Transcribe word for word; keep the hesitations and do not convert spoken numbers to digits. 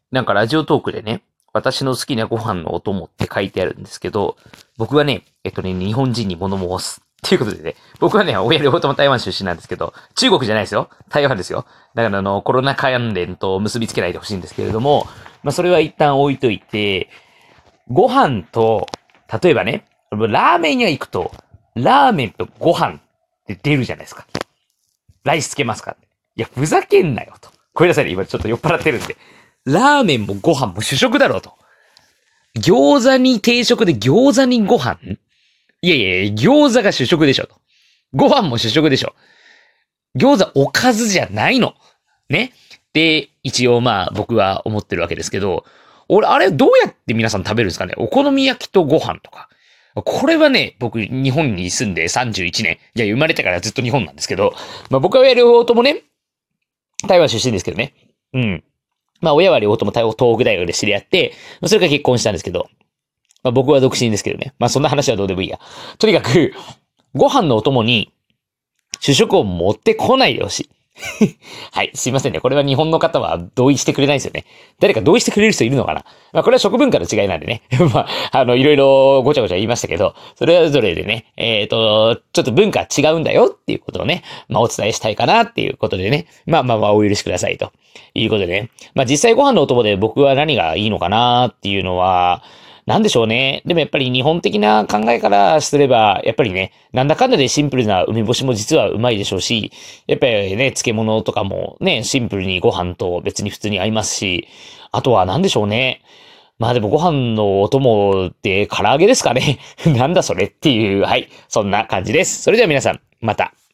なんかラジオトークでね、私の好きなご飯のお供って書いてあるんですけど、僕はね、えっとね、日本人に物申す。っていうことでね、僕はね、親両方とも台湾出身なんですけど、中国じゃないですよ。台湾ですよ。だからあの、コロナ関連と結びつけないでほしいんですけれども、まあそれは一旦置いといて、ご飯と、例えばね、ラーメン屋行くと、ラーメンとご飯って出るじゃないですか。ライスつけますかって。いや、ふざけんなよと。ごめんなさいね、今ちょっと酔っ払ってるんで。ラーメンもご飯も主食だろうと。餃子に定食で餃子にご飯いやいやいや、餃子が主食でしょと。ご飯も主食でしょ。餃子おかずじゃないの。ね。で、一応まあ僕は思ってるわけですけど、俺、あれどうやって皆さん食べるんですかね？お好み焼きとご飯とか。これはね、僕、日本に住んでさんじゅういちねん。いや、生まれてからずっと日本なんですけど、まあ僕は両方ともね、台湾出身ですけどね。うん。まあ親は両方とも東北大学で知り合って、それから結婚したんですけど、まあ僕は独身ですけどね。まあそんな話はどうでもいいや。とにかく、ご飯のお供に主食を持ってこないでほしい。はい、すいませんね。これは日本の方は同意してくれないですよね。誰か同意してくれる人いるのかな？まあこれは食文化の違いなんでね。まあ、あの、いろいろごちゃごちゃ言いましたけど、それぞれでね、えっと、ちょっと文化違うんだよっていうことをね、まあお伝えしたいかなっていうことでね。まあまあまあお許しくださいということでね。まあ実際ご飯のお供で僕は何がいいのかなっていうのは、なんでしょうね。でもやっぱり日本的な考えからすれば、やっぱりね、なんだかんだでシンプルな梅干しも実はうまいでしょうし、やっぱりね、漬物とかもね、シンプルにご飯と別に普通に合いますし、あとはなんでしょうね。まあでもご飯のお供って唐揚げですかね。なんだそれっていう、はい、そんな感じです。それでは皆さん、また。